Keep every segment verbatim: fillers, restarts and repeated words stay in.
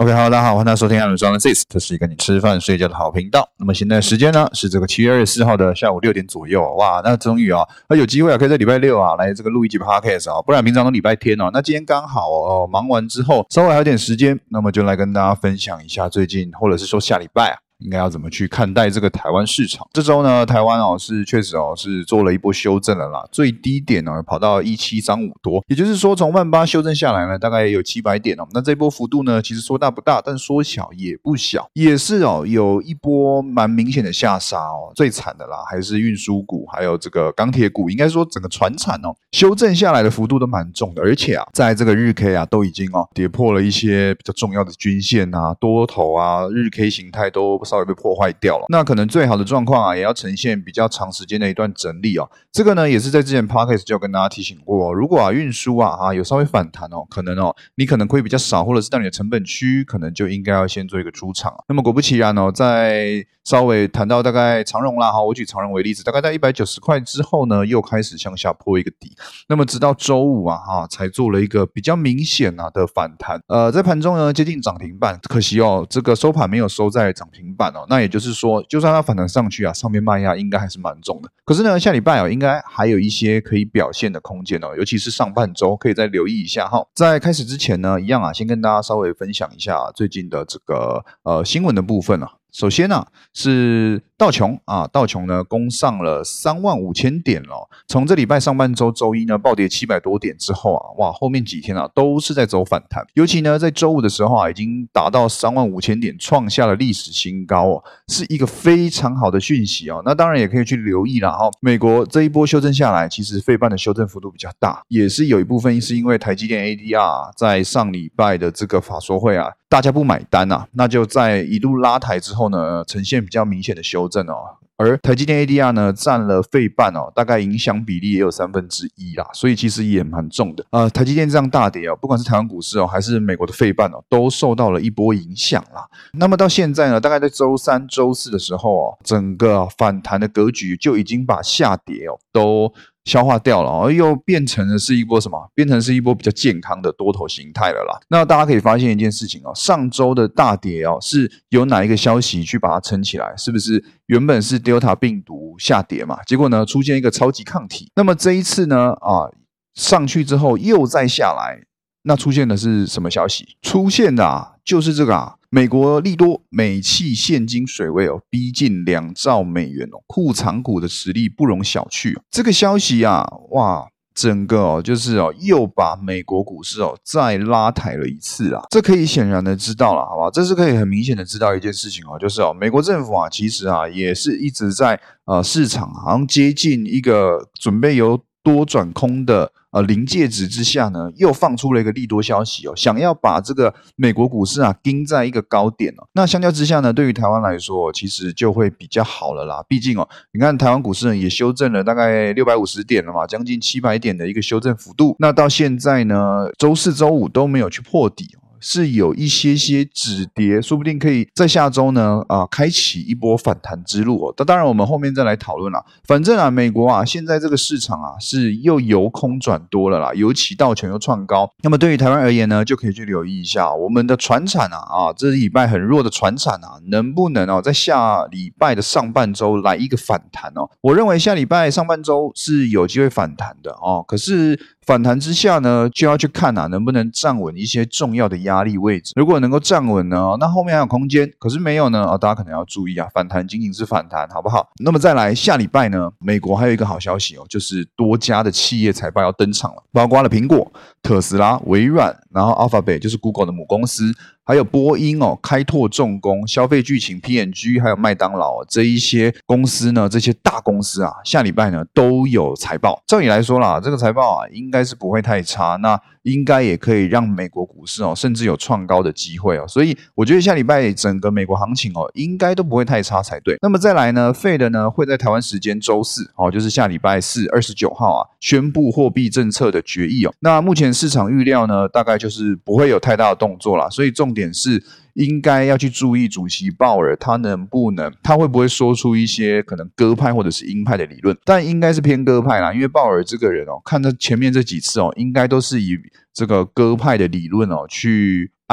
OK， 好，大家好，欢迎收听艾伦双的 This， 这是一个你吃饭睡觉的好频道。那么现在时间呢是这个七月二十四号的下午六点左右，哇，那终于啊，有机会啊，可以在礼拜六啊来这个录一集 Podcast 啊，不然平常都礼拜天哦。那今天刚好哦，忙完之后稍微还有点时间，那么就来跟大家分享一下最近，或者是说下礼拜啊。应该要怎么去看待这个台湾市场？这周呢，台湾哦是确实哦是做了一波修正了啦，最低点呢跑到一七三五多，也就是说从万八修正下来呢，大概也有七百点哦。那这波幅度呢，其实说大不大，但说小也不小，也是哦有一波蛮明显的下杀哦。最惨的啦，还是运输股，还有这个钢铁股，应该说整个传产哦修正下来的幅度都蛮重的，而且啊，在这个日 K 啊都已经哦跌破了一些比较重要的均线啊，多头啊，日 K 形态都稍微被破坏掉了，那可能最好的状况啊，也要呈现比较长时间的一段整理哦。这个呢，也是在之前 Podcast 就有跟大家提醒过、哦，如果啊运输啊啊有稍微反弹哦，可能哦你可能亏比较少，或者是到你的成本区，可能就应该要先做一个出场、啊。那么果不其然哦，在稍微谈到大概长荣啦哈，我举长荣为例子，大概在一百九十块之后呢，又开始向下破一个底。那么直到周五啊哈，才做了一个比较明显啊的反弹。呃，在盘中呢接近涨停板，可惜哦，这个收盘没有收在涨停板哦。那也就是说，就算它反弹上去啊，上面卖压应该还是蛮重的。可是呢，下礼拜哦，应该还有一些可以表现的空间哦，尤其是上半周，可以再留意一下哈。在开始之前呢，一样啊，先跟大家稍微分享一下最近的这个呃新闻的部分啊。首先呢、啊，是道琼啊，道琼呢攻上了三万五千点了。从这礼拜上半周周一呢暴跌七百多点之后啊，哇，后面几天啊都是在走反弹。尤其呢在周五的时候啊，已经达到三万五千点，创下了历史新高哦，是一个非常好的讯息哦。那当然也可以去留意啦哈、哦。美国这一波修正下来，其实费半的修正幅度比较大，也是有一部分是因为台积电 A D R、啊、在上礼拜的这个法说会啊，大家不买单啊，那就在一路拉抬之后呢，呈现比较明显的修正哦。而台积电 A D R 呢，占了费半哦，大概影响比例也有三分之一啦，所以其实也蛮重的。呃，台积电这样大跌哦，不管是台湾股市哦，还是美国的费半哦，都受到了一波影响啦。那么到现在呢，大概在周三、周四的时候哦，整个反弹的格局就已经把下跌哦都消化掉了哦，又变成了是一波什么？变成是一波比较健康的多头形态了啦。那大家可以发现一件事情哦，上周的大跌哦，是有哪一个消息去把它撑起来？是不是原本是 Delta 病毒下跌嘛？结果呢，出现一个超级抗体。那么这一次呢，啊，上去之后又再下来，那出现的是什么消息？出现的啊，就是这个啊。美国利多美企现金水位哦逼近两兆美元哦，库藏股的实力不容小觑、哦。这个消息啊，哇，整个哦就是哦又把美国股市哦再拉抬了一次啊。这可以显然的知道了，好吧？这是可以很明显的知道一件事情哦，就是哦美国政府啊其实啊也是一直在呃市场好像接近一个准备由多转空的。呃，临界值之下呢，又放出了一个利多消息哦，想要把这个美国股市啊盯在一个高点哦。那相较之下呢，对于台湾来说，其实就会比较好了啦。毕竟哦，你看台湾股市呢也修正了大概六百五十点了嘛，将近七百点的一个修正幅度。那到现在呢，周四周五都没有去破底哦。是有一些些止跌，说不定可以在下周呢啊、呃、开启一波反弹之路哦。当然我们后面再来讨论啦。反正啊，美国啊现在这个市场啊是又由空转多了啦，尤其道琼又创高。那么对于台湾而言呢，就可以去留意一下我们的传产啊啊，这礼拜很弱的传产啊，能不能哦在下礼拜的上半周来一个反弹哦？我认为下礼拜上半周是有机会反弹的哦。可是反弹之下呢，就要去看啊能不能站稳一些重要的压。压力位置，如果能够站稳呢，那后面还有空间。可是没有呢，哦，大家可能要注意啊，反弹仅仅是反弹，好不好？那么再来下礼拜呢，美国还有一个好消息哦，就是多家的企业财报要登场了，包括了苹果、特斯拉、微软，然后 Alphabet 就是 Google 的母公司。还有波音哦，开拓重工、消费巨擎 P and G， 还有麦当劳、哦、这一些公司呢，这些大公司啊，下礼拜呢都有财报。照理来说啦，这个财报啊，应该是不会太差，那应该也可以让美国股市哦，甚至有创高的机会哦。所以我觉得下礼拜整个美国行情哦，应该都不会太差才对。那么再来呢 ，Fed 呢会在台湾时间周四哦，就是下礼拜四二十九号啊，宣布货币政策的决议哦。那目前市场预料呢，大概就是不会有太大的动作啦，所以重点是应该要去注意主席鲍尔他能不能，他会不会说出一些可能鸽派或者是鹰派的理论，但应该是偏鸽派啦，因为鲍尔这个人哦，看他前面这几次哦，应该都是以这个鸽派的理论哦去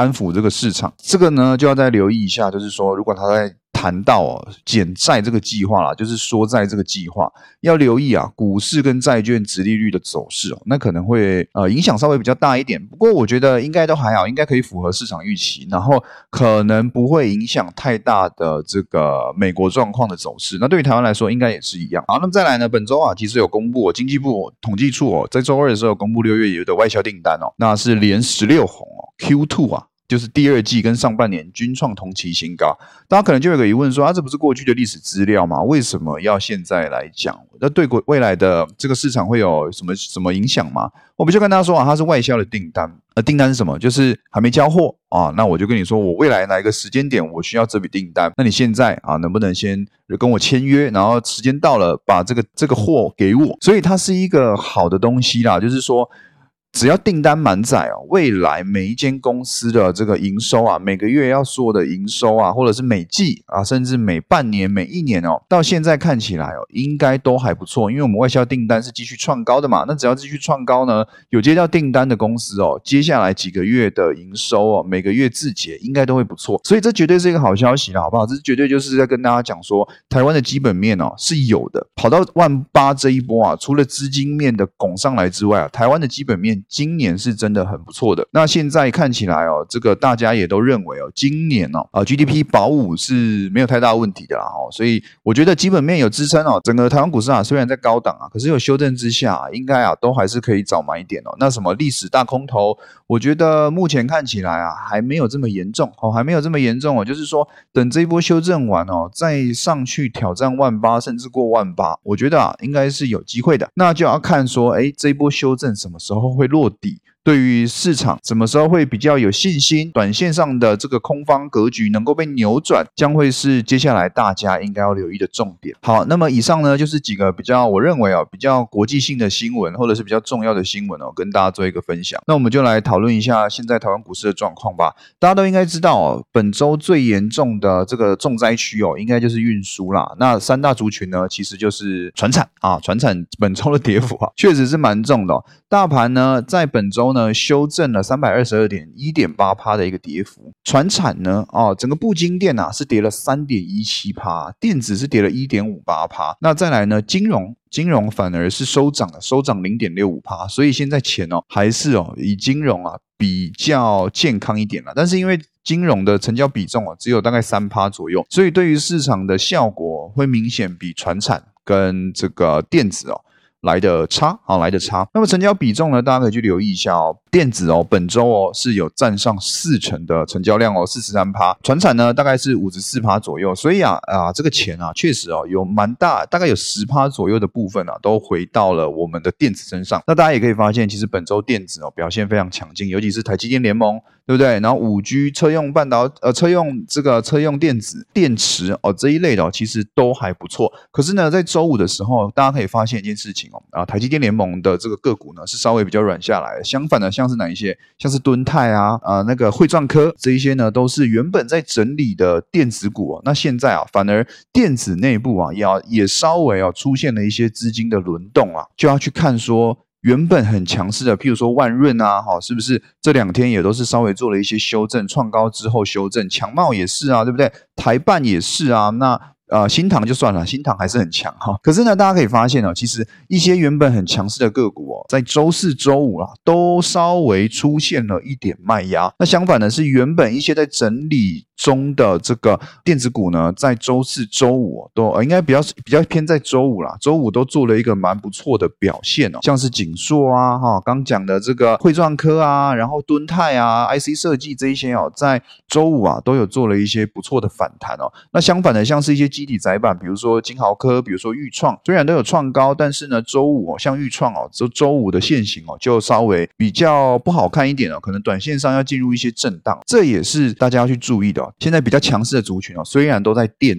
安抚这个市场。这个呢就要再留意一下，就是说如果他在谈到哦减债这个计划啦，就是缩债这个计划，要留意啊股市跟债券殖利率的走势哦，那可能会呃影响稍微比较大一点。不过我觉得应该都还好，应该可以符合市场预期，然后可能不会影响太大的这个美国状况的走势。那对于台湾来说，应该也是一样。好，那么再来呢，本周啊其实有公布、哦、经济部统计处哦，在周二的时候有公布六月有的外销订单哦，那是连十六红哦 ，Q 二 啊。就是第二季跟上半年均创同期新高，大家可能就有个疑问说啊，这不是过去的历史资料吗？为什么要现在来讲？那对未来的这个市场会有什么什么影响吗？我们就跟大家说啊，它是外销的订单，呃，订单是什么？就是还没交货啊，那我就跟你说，我未来哪一个时间点我需要这笔订单，那你现在啊能不能先跟我签约，然后时间到了把这个这个货给我？所以它是一个好的东西啦，就是说。只要订单满载哦，未来每一间公司的这个营收啊，每个月要做的营收啊，或者是每季啊，甚至每半年、每一年哦，到现在看起来哦，应该都还不错，因为我们外销订单是继续创高的嘛。那只要继续创高呢，有接到订单的公司哦，接下来几个月的营收哦，每个月自结应该都会不错，所以这绝对是一个好消息啦，好不好？这绝对就是在跟大家讲说，台湾的基本面哦是有的，跑到万八这一波啊，除了资金面的拱上来之外啊，台湾的基本面。今年是真的很不错的。那现在看起来哦，这个大家也都认为哦，今年哦，呃 G D P 保五是没有太大问题的啦哦，所以我觉得基本面有支撑哦。整个台湾股市啊，虽然在高档啊，可是有修正之下、啊，应该啊都还是可以早买点哦。那什么历史大空头，我觉得目前看起来啊，还没有这么严重哦，还没有这么严重哦。就是说，等这一波修正完哦，再上去挑战万八，甚至过万八，我觉得啊，应该是有机会的。那就要看说，哎，这一波修正什么时候会落底？对于市场什么时候会比较有信心，短线上的这个空方格局能够被扭转，将会是接下来大家应该要留意的重点。好，那么以上呢就是几个比较我认为哦比较国际性的新闻，或者是比较重要的新闻哦，跟大家做一个分享。那我们就来讨论一下现在台湾股市的状况吧。大家都应该知道哦，本周最严重的这个重灾区哦，应该就是运输啦。那三大族群呢，其实就是传产啊，传产本周的跌幅啊，确实是蛮重的哦。大盘呢，在本周呢修正了 三百二十二点一点八 趴的一个跌幅，传产呢哦，整个布金电啊是跌了 三点一七 趴，电子是跌了 一点五八 趴，那再来呢金融金融反而是收涨了，收涨 零点六五 趴，所以现在钱哦还是哦以金融啊比较健康一点啦，但是因为金融的成交比重哦只有大概 百分之三 左右，所以对于市场的效果会明显比传产跟这个电子哦来的差啊，来的差。那么成交比重呢，大家可以去留意一下哦。电子哦，本周哦是有占上四成的成交量哦， 百分之四十三。传产呢大概是 百分之五十四 左右，所以啊啊这个钱啊确实哦有蛮大，大概有 百分之十 左右的部分啊都回到了我们的电子身上。那大家也可以发现，其实本周电子哦表现非常强劲，尤其是台积电联盟，对不对？然后 五 G 车用半导呃车用这个车用电子电池哦这一类的哦其实都还不错。可是呢，在周五的时候，大家可以发现一件事情哦啊台积电联盟的这个个股呢是稍微比较软下来的，相反的像是哪一些？像是敦泰啊、呃、那个汇创科这一些呢，都是原本在整理的电子股哦。那现在啊，反而电子内部啊，也也稍微啊出现了一些资金的轮动啊，就要去看说。原本很强势的，譬如说万润啊，齁，是不是这两天也都是稍微做了一些修正，创高之后修正，强茂也是啊，对不对？台半也是啊，那呃新唐就算了，新唐还是很强哈。可是呢，大家可以发现哦，其实一些原本很强势的个股哦，在周四周五啊，都稍微出现了一点卖压。那相反的是，原本一些在整理中的这个电子股呢，在周四周五都、呃、应该比较比较偏在周五啦，周五都做了一个蛮不错的表现哦，像是景硕啊，哈，刚讲的这个汇创科啊，然后敦泰啊 ，I C 设计这一些哦，在周五啊都有做了一些不错的反弹哦。那相反的，像是一些基体载板，比如说金豪科，比如说裕创，虽然都有创高，但是呢，周五哦，像裕创哦，周周五的线型哦，就稍微比较不好看一点哦，可能短线上要进入一些震荡，这也是大家要去注意的哦。现在比较强势的族群哦，虽然都在电子，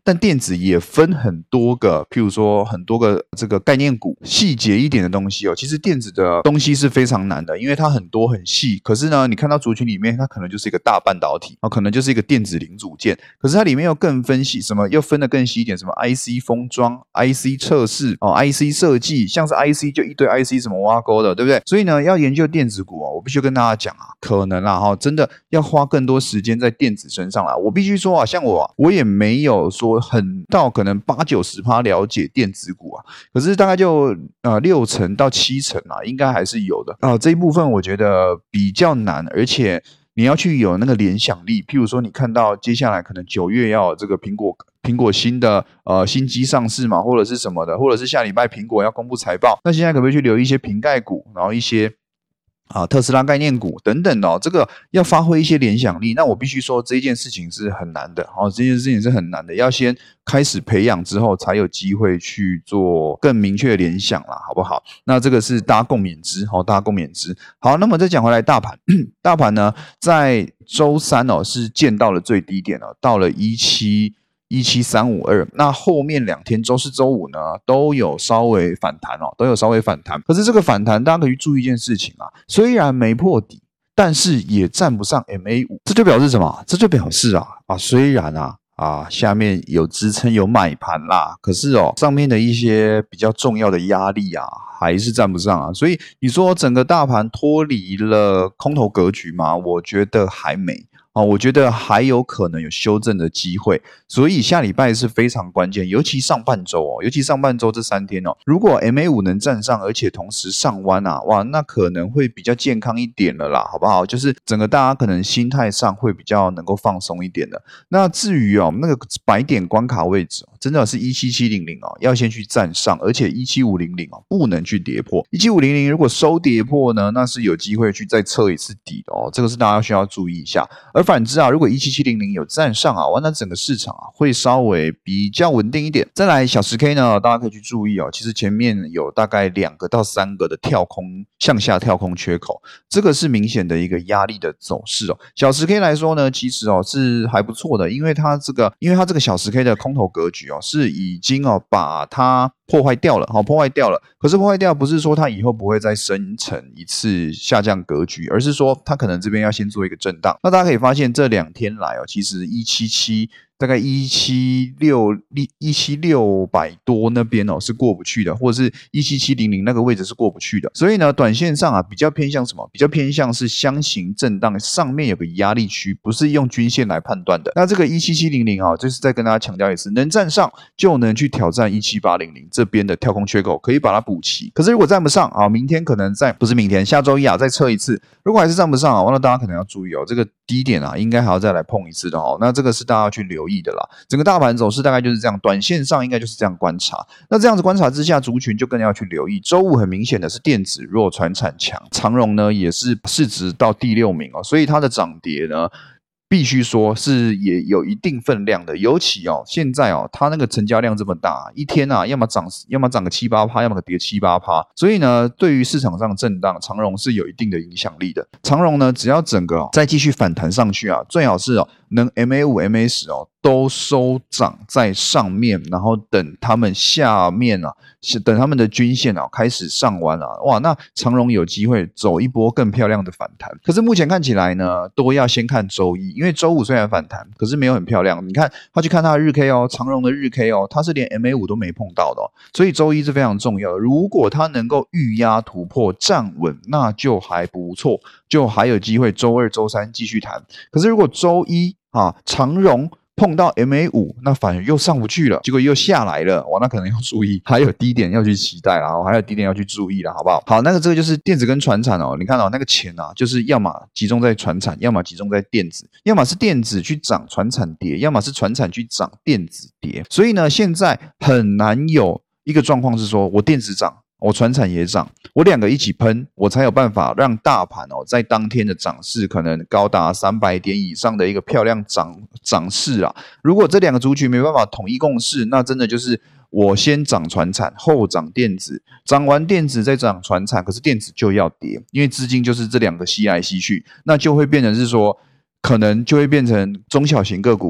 但电子也分很多个，譬如说很多个这个概念股，细节一点的东西哦。其实电子的东西是非常难的，因为它很多很细。可是呢，你看到族群里面，它可能就是一个大半导体啊，可能就是一个电子零组件。可是它里面又更分析什么，又分得更细一点，什么 I C 封装、I C 测试哦、I C 设计，像是 I C 就一堆 I C 什么挖沟的，对不对？所以呢，要研究电子股哦，我必须跟大家讲啊，可能啦哈，真的要花更多时间在电子身上啦。我必须说啊，像我啊，我也没有说很到可能八九十趴了解电子股啊，可是大概就呃六成到七成啊，应该还是有的啊、呃。这一部分我觉得比较难，而且你要去有那个联想力，譬如说你看到接下来可能九月要有这个苹果苹果新的呃新机上市嘛，或者是什么的，或者是下礼拜苹果要公布财报，那现在可不可以去留一些瓶盖股，然后一些啊，特斯拉概念股等等的哦，这个要发挥一些联想力。那我必须说，这件事情是很难的哦，这件事情是很难的，要先开始培养之后，才有机会去做更明确的联想啦，好不好？那这个是大家共勉之，好、哦，大家共勉之。好，那么再讲回来，大盘，大盘呢，在周三哦是见到了最低点哦，到了一七。一七三五二，那后面两天周四周五呢都有稍微反弹哦，都有稍微反弹。可是这个反弹大家可以注意一件事情啊，虽然没破底，但是也站不上 M A 五， 这就表示什么？这就表示啊啊，虽然啊啊下面有支撑有买盘啦，可是哦上面的一些比较重要的压力啊还是站不上啊。所以你说整个大盘脱离了空头格局吗？我觉得还没。哦，我觉得还有可能有修正的机会，所以下礼拜是非常关键，尤其上半周哦，尤其上半周这三天哦，如果 M A 五 能站上，而且同时上弯啊，哇，那可能会比较健康一点了啦，好不好？就是整个大家可能心态上会比较能够放松一点的。那至于哦，那个百点关卡位置哦，真的是一七七零零哦，要先去站上，而且一七五零零哦不能去跌破，一七五零零如果收跌破呢，那是有机会去再测一次底的哦，这个是大家需要注意一下。而反之啊，如果一七七零零有站上啊，那整个市场啊会稍微比较稳定一点。再来小十 K 呢，大家可以去注意哦，其实前面有大概两个到三个的跳空向下跳空缺口，这个是明显的一个压力的走势哦。小十 K 来说呢，其实哦是还不错的，因为它这个因为它这个小十 K 的空头格局哦是已经哦把它破坏掉了，好破坏掉了。可是破坏掉不是说它以后不会再生成一次下降格局，而是说它可能这边要先做一个震荡。那大家可以发现这两天来哦，其实一七七大概一七六一七六百多那边哦是过不去的，或者是一七七零零那个位置是过不去的。所以呢，短线上啊比较偏向什么？比较偏向是箱型震荡，上面有个压力区，不是用均线来判断的。那这个一七七零零啊，就是再跟大家强调一次，能站上就能去挑战一七八零零这边的跳空缺口，可以把它补齐。可是如果站不上啊，明天可能在不是明天，下周一啊再测一次。如果还是站不上啊，那大家可能要注意哦，这个低点啊应该还要再来碰一次的哦。那这个是大家要去留意的啦。整个大盘走势大概就是这样，短线上应该就是这样观察。那这样子观察之下，族群就更要去留意。周五很明显的是电子弱，传产强，长荣呢也是市值到第六名哦，所以它的涨跌呢必须说是也有一定分量的，尤其哦，现在哦，它那个成交量这么大，一天啊，要么涨，要么涨个七八趴，要么跌七八趴，所以呢，对于市场上震荡，长荣是有一定的影响力的。长荣呢，只要整个、哦、再继续反弹上去啊，最好是哦，能 M A 五、M A 十 哦都收涨在上面，然后等他们下面啊，等他们的均线啊开始上弯啊，哇，那长荣有机会走一波更漂亮的反弹。可是目前看起来呢，都要先看周一。因为周五虽然反弹，可是没有很漂亮。你看，他去看他的日 K 哦，长荣的日 K 哦，他是连 M A 五 都没碰到的哦，所以周一是非常重要的。如果他能够预压突破站稳，那就还不错，就还有机会周二、周三继续谈。可是如果周一啊，长荣碰到 M A 五， 那反而又上不去了，结果又下来了，哇，那可能要注意，还有低点要去期待啦，还有低点要去注意啦，好不好？好，那个这个就是电子跟传产哦，你看到、哦、那个钱啊，就是要么集中在传产，要么集中在电子，要么是电子去涨传产跌，要么是传产去涨电子跌，所以呢，现在很难有一个状况是说我电子涨。我传产也涨，我两个一起喷，我才有办法让大盘哦，在当天的涨势可能高达三百点以上的一个漂亮涨涨势啊。如果这两个族群没办法统一共识，那真的就是我先涨传产，后涨电子，涨完电子再涨传产，可是电子就要跌，因为资金就是这两个吸来吸去，那就会变成是说，可能就会变成中小型个股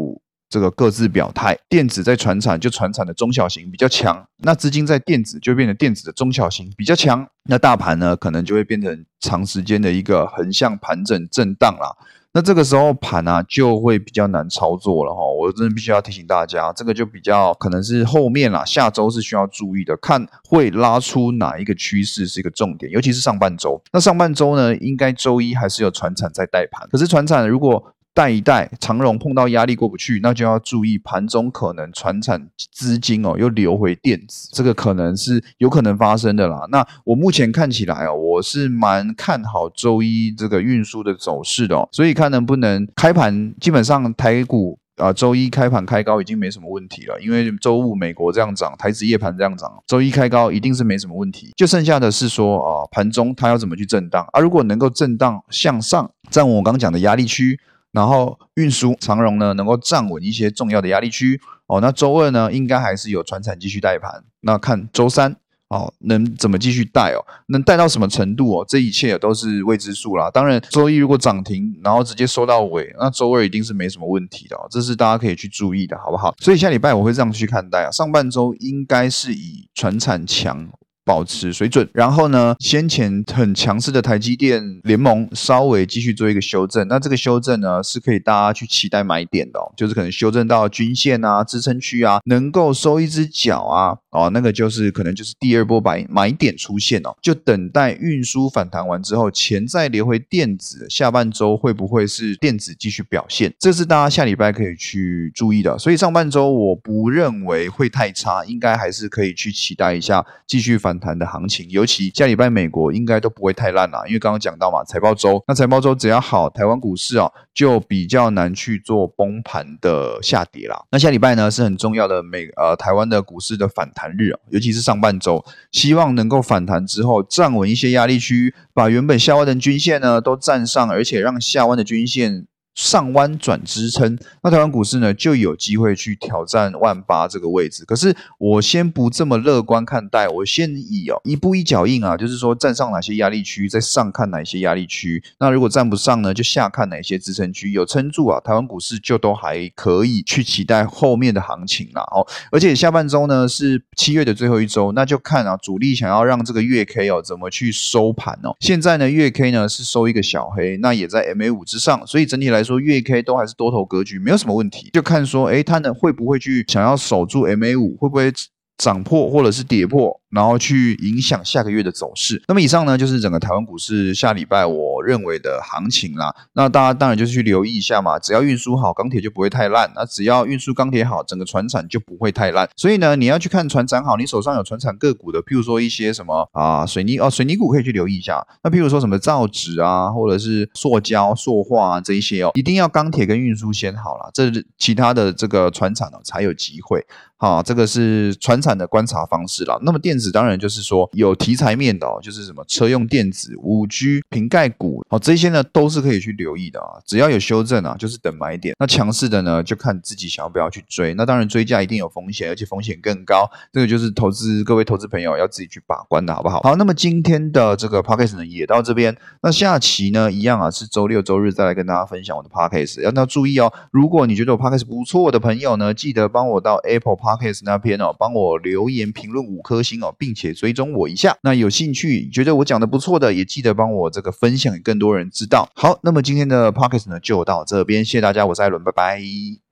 这个各自表态，电子在传产就传产的中小型比较强，那资金在电子就变成电子的中小型比较强，那大盘呢可能就会变成长时间的一个横向盘整震荡啦。那这个时候盘啊就会比较难操作了哈，我真的必须要提醒大家，这个就比较可能是后面啦，下周是需要注意的，看会拉出哪一个趋势是一个重点，尤其是上半周。那上半周呢，应该周一还是有传产在带盘，可是传产如果带一带，长荣碰到压力过不去，那就要注意盘中可能传产资金哦又流回电子，这个可能是有可能发生的啦。那我目前看起来哦，我是蛮看好周一这个运输的走势的哦，所以看能不能开盘，基本上台股啊，周一开盘开高已经没什么问题了，因为周五美国这样涨，台指夜盘这样涨，周一开高一定是没什么问题，就剩下的是说啊，盘中它要怎么去震荡啊？如果能够震荡向上，站稳我刚讲的压力区。然后运输长荣呢能够站稳一些重要的压力区哦，那周二呢应该还是有传产继续带盘，那看周三哦能怎么继续带哦，能带到什么程度哦，这一切都是未知数啦。当然周一如果涨停，然后直接收到尾，那周二一定是没什么问题的哦，这是大家可以去注意的，好不好？所以下礼拜我会这样去看待啊，上半周应该是以传产强保持水准，然后呢，先前很强势的台积电联盟稍微继续做一个修正，那这个修正呢是可以大家去期待买点的哦，就是可能修正到均线啊、支撑区啊，能够收一只脚啊，哦，那个就是可能就是第二波买买点出现哦，就等待运输反弹完之后，钱再流回电子，下半周会不会是电子继续表现？这是大家下礼拜可以去注意的，所以上半周我不认为会太差，应该还是可以去期待一下继续反弹。反弹的行情，尤其下礼拜美国应该都不会太烂啦，因为刚刚讲到嘛，财报周，那财报周只要好，台湾股市啊就比较难去做崩盘的下跌啦。那下礼拜呢是很重要的美呃台湾的股市的反弹日啊，尤其是上半周，希望能够反弹之后站稳一些压力区，把原本下弯的均线呢都站上，而且让下弯的均线上弯转支撑，那台湾股市呢就有机会去挑战万八这个位置。可是我先不这么乐观看待，我先以哦一步一脚印啊，就是说站上哪些压力区，再上看哪些压力区。那如果站不上呢，就下看哪些支撑区，有撑住啊，台湾股市就都还可以去期待后面的行情啦哦。而且下半周呢是七月的最后一周，那就看啊主力想要让这个月 K 哦怎么去收盘哦。现在呢月 K 呢是收一个小黑，那也在 M A 五 之上，所以整体来说月 K 都还是多头格局，没有什么问题，就看说诶它呢会不会去想要守住 M A 五， 会不会涨破或者是跌破，然后去影响下个月的走势。那么以上呢就是整个台湾股市下礼拜我认为的行情啦。那大家当然就是去留意一下嘛，只要运输好，钢铁就不会太烂，那只要运输钢铁好，整个传产就不会太烂。所以呢你要去看传产好，你手上有传产个股的，譬如说一些什么啊水泥哦水泥股可以去留意一下，那譬如说什么造纸啊或者是塑胶塑化啊这一些哦，一定要钢铁跟运输先好啦，这其他的这个传产哦才有机会。好，这个是传产的观察方式啦。那么电子当然就是说有题材面的哦，就是什么车用电子、五 G、瓶盖股哦，这些呢都是可以去留意的啊。只要有修正啊，就是等买点。那强势的呢，就看自己想要不要去追。那当然追价一定有风险，而且风险更高。这个就是投资各位投资朋友要自己去把关的好不好？好，那么今天的这个 podcast 呢也到这边。那下期呢一样啊，是周六周日再来跟大家分享我的 podcast。要要注意哦，如果你觉得我 podcast 不错的朋友呢，记得帮我到 Apple Podcast 那边哦，帮我留言评论五颗星哦，并且追踪我一下。那有兴趣觉得我讲的不错的，也记得帮我这个分享给更多人知道。好，那么今天的 Podcast 呢就到这边，谢谢大家，我是艾伦，拜拜。